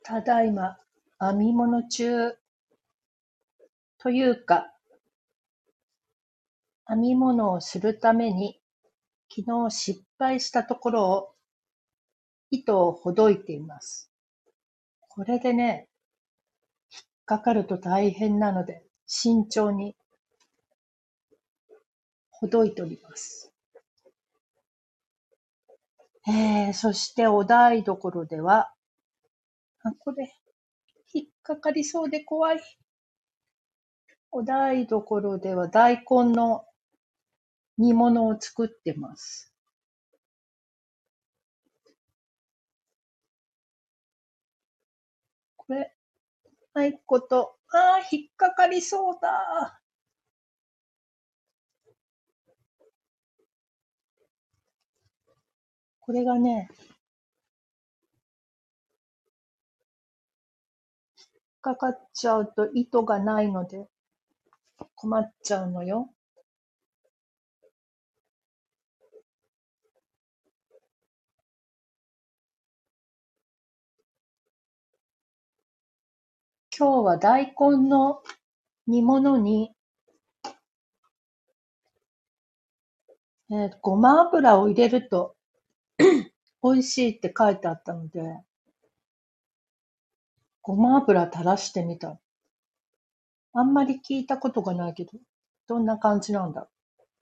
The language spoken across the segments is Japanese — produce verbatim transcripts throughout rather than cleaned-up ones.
ただいま編み物中というか、編み物をするために昨日失敗したところを糸をほどいています。これでね、かかると大変なので慎重にほどいております。えー、そしてお台所では、あ、これ引っかかりそうで怖い。お台所では大根の煮物を作ってます。これ、ないこと、あー、引っかかりそうだ。これがね、引っかかっちゃうと糸がないので困っちゃうのよ。今日は大根の煮物に、えーごま油を入れると美味しいって書いてあったので、ごま油垂らしてみた。あんまり聞いたことがないけど、どんな感じなんだ。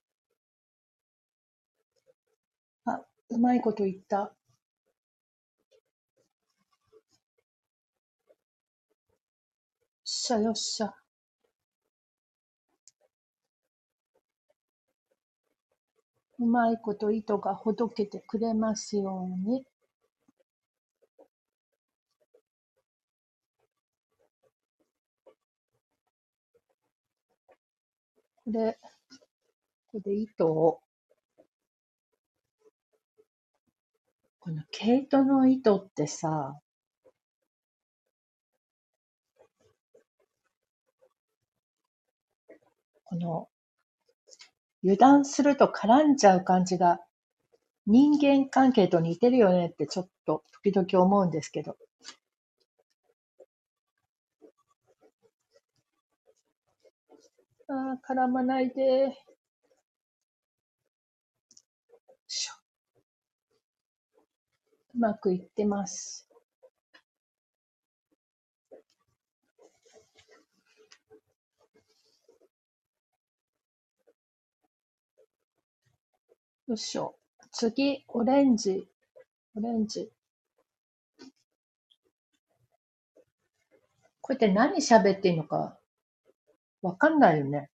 あ、うまいこと言った。よっしゃよっしゃ。うまいこと糸がほどけてくれますように。これ、これで糸を、この毛糸の糸ってさ、この油断すると絡んじゃう感じが人間関係と似てるよねってちょっと時々思うんですけど。あー、絡まないで。しょうまくいってます。よいしょ。次、オレンジ。オレンジ。これって何喋っていいのかわかんないよね。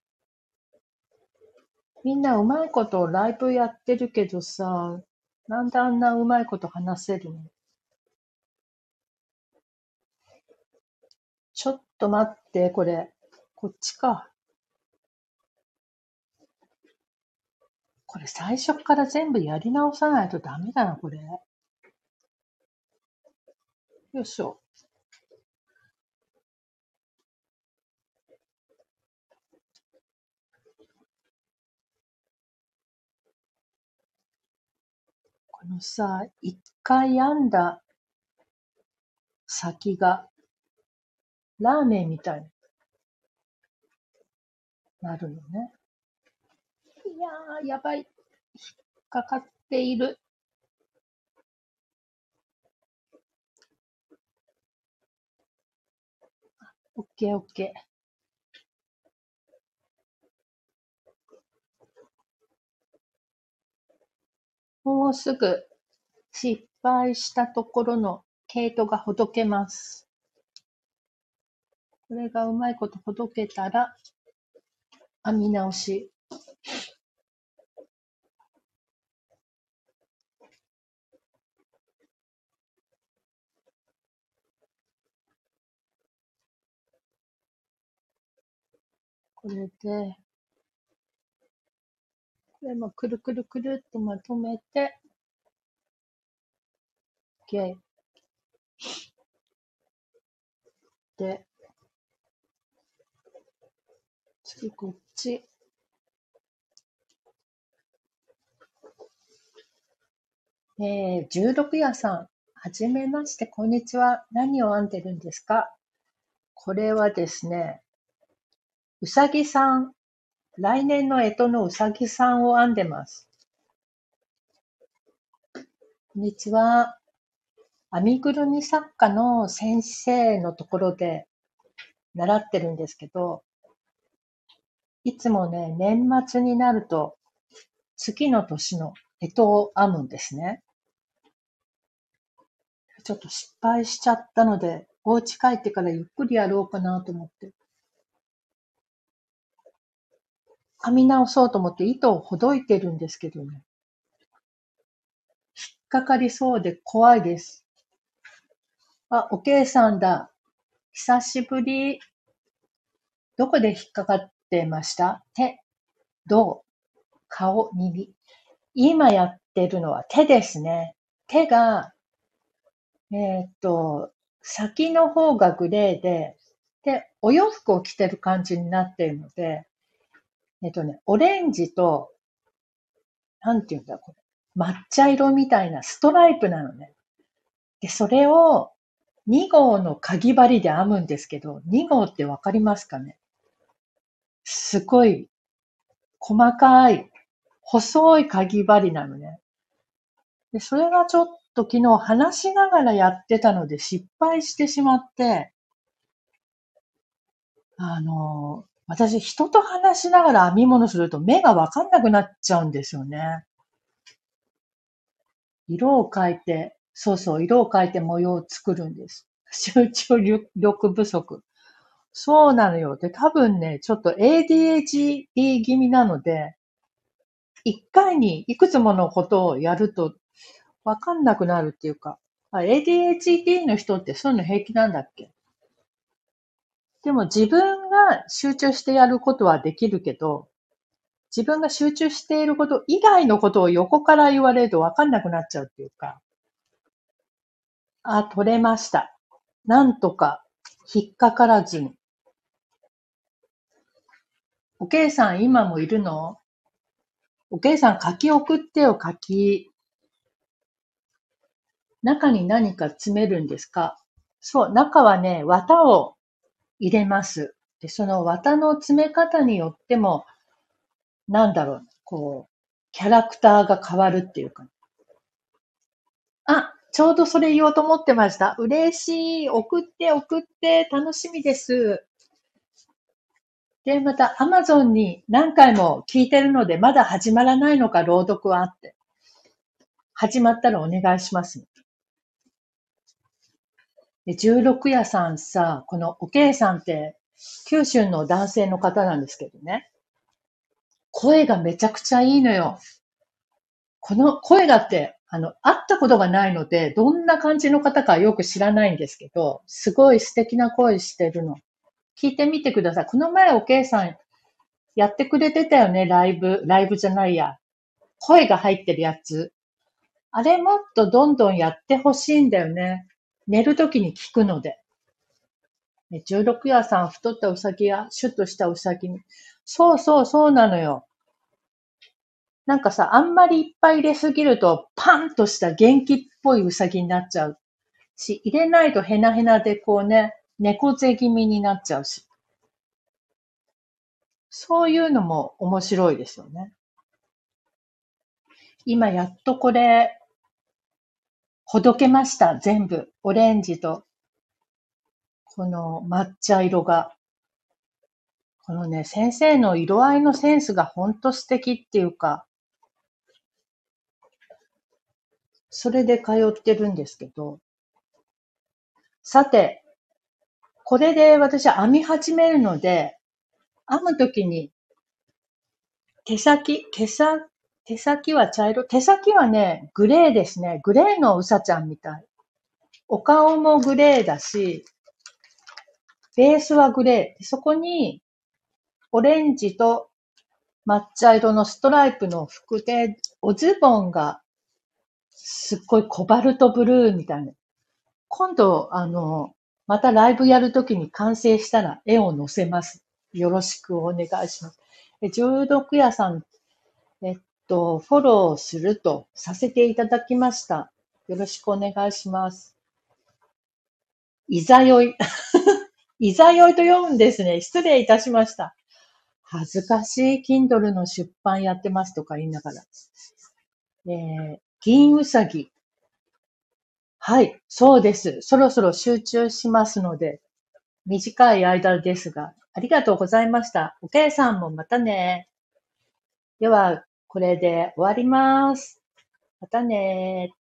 みんなうまいことライブやってるけどさ、なんであんなうまいこと話せるの？ちょっと待って、これ。こっちか。これ最初から全部やり直さないとダメだな、これ。よいしょ。このさ、一回編んだ先がラーメンみたいになるのね。いやー、やばい。引っかかっている。オッケーオッケー。もうすぐ失敗したところの毛糸がほどけます。これがうまいことほどけたら編み直し。これで、これもくるくるくるっとまとめて、OK。で、次こっち。えー、十六夜さん、 はじめまして、こんにちは。何を編んでるんですか？これはですね、うさぎさん、来年の干支のうさぎさんを編んでます。こんにちは。編みぐるみ作家の先生のところで習ってるんですけど、いつもね、年末になると次の年の干支を編むんですね。ちょっと失敗しちゃったので、お家帰ってからゆっくりやろうかなと思って。編み直そうと思って糸をほどいてるんですけどね。引っかかりそうで怖いです。あ、おけいさんだ。久しぶり。どこで引っかかってました？手、胴、顔、耳。今やってるのは手ですね。手が、えーっと、先の方がグレーで、で、お洋服を着てる感じになっているので、えっとね、オレンジと、なんていうんだ、これ。抹茶色みたいなストライプなのね。で、それをに号のかぎ針で編むんですけど、に号ってわかりますかね？すごい細かい、細いかぎ針なのね。で、それがちょっと昨日話しながらやってたので失敗してしまって、あの、私人と話しながら編み物すると目がわかんなくなっちゃうんですよね。色を変えて、そうそう、色を変えて模様を作るんです。集中力不足。そうなのよ。で、多分ね、ちょっと エーディーエイチディー 気味なので、一回にいくつものことをやるとわかんなくなるっていうか、あ エーディーエイチディー の人ってそういうの平気なんだっけ？でも自分が集中してやることはできるけど、自分が集中していること以外のことを横から言われるとわかんなくなっちゃうっていうか、あ、取れました。なんとか引っかからずに。おけいさん今もいるの？おけいさん書き送ってよ、書き。中に何か詰めるんですか？そう、中はね、綿を入れます。で、その綿の詰め方によっても、なんだろう、こう、キャラクターが変わるっていうか。あ、ちょうどそれ言おうと思ってました。嬉しい。送って送って楽しみです。で、また Amazon に何回も聞いてるので、まだ始まらないのか朗読はって。始まったらお願いします。で、じゅうろく夜さんさ、このおけいさんって、九州の男性の方なんですけどね。声がめちゃくちゃいいのよ。この声だって、あの、会ったことがないので、どんな感じの方かよく知らないんですけど、すごい素敵な声してるの。聞いてみてください。この前おけいさんやってくれてたよね、ライブ。ライブじゃないや。声が入ってるやつ。あれもっとどんどんやってほしいんだよね。寝るときに聞くので。ね、じゅうろく夜さん、太ったウサギや、シュッとしたウサギに。そうそうそうなのよ。なんかさ、あんまりいっぱい入れすぎると、パンとした元気っぽいウサギになっちゃうし、入れないとヘナヘナでこうね、猫背気味になっちゃうし。そういうのも面白いですよね。今やっとこれ、ほどけました。全部。オレンジと、この抹茶色が。このね、先生の色合いのセンスがほんと素敵っていうか、それで通ってるんですけど、さて、これで私編み始めるので、編むときに手先、手先、手先は茶色、手先はね、グレーですね。グレーのうさちゃんみたい。お顔もグレーだし、ベースはグレー。そこにオレンジと抹茶色のストライプの服で、おズボンがすっごいコバルトブルーみたいな。今度、あの、またライブやるときに完成したら絵を載せます。よろしくお願いします。えじゅうろく夜さん、えっと、フォローするとさせていただきました。 よろしくお願いします。いざよい。いざよいと読むんですね。失礼いたしました。恥ずかしい Kindle の出版やってますとか言いながら。えー、銀うさぎ。はい、そうです。そろそろ集中しますので、短い間ですが、ありがとうございました。おけいさんもまたね。では、これで終わります。またね。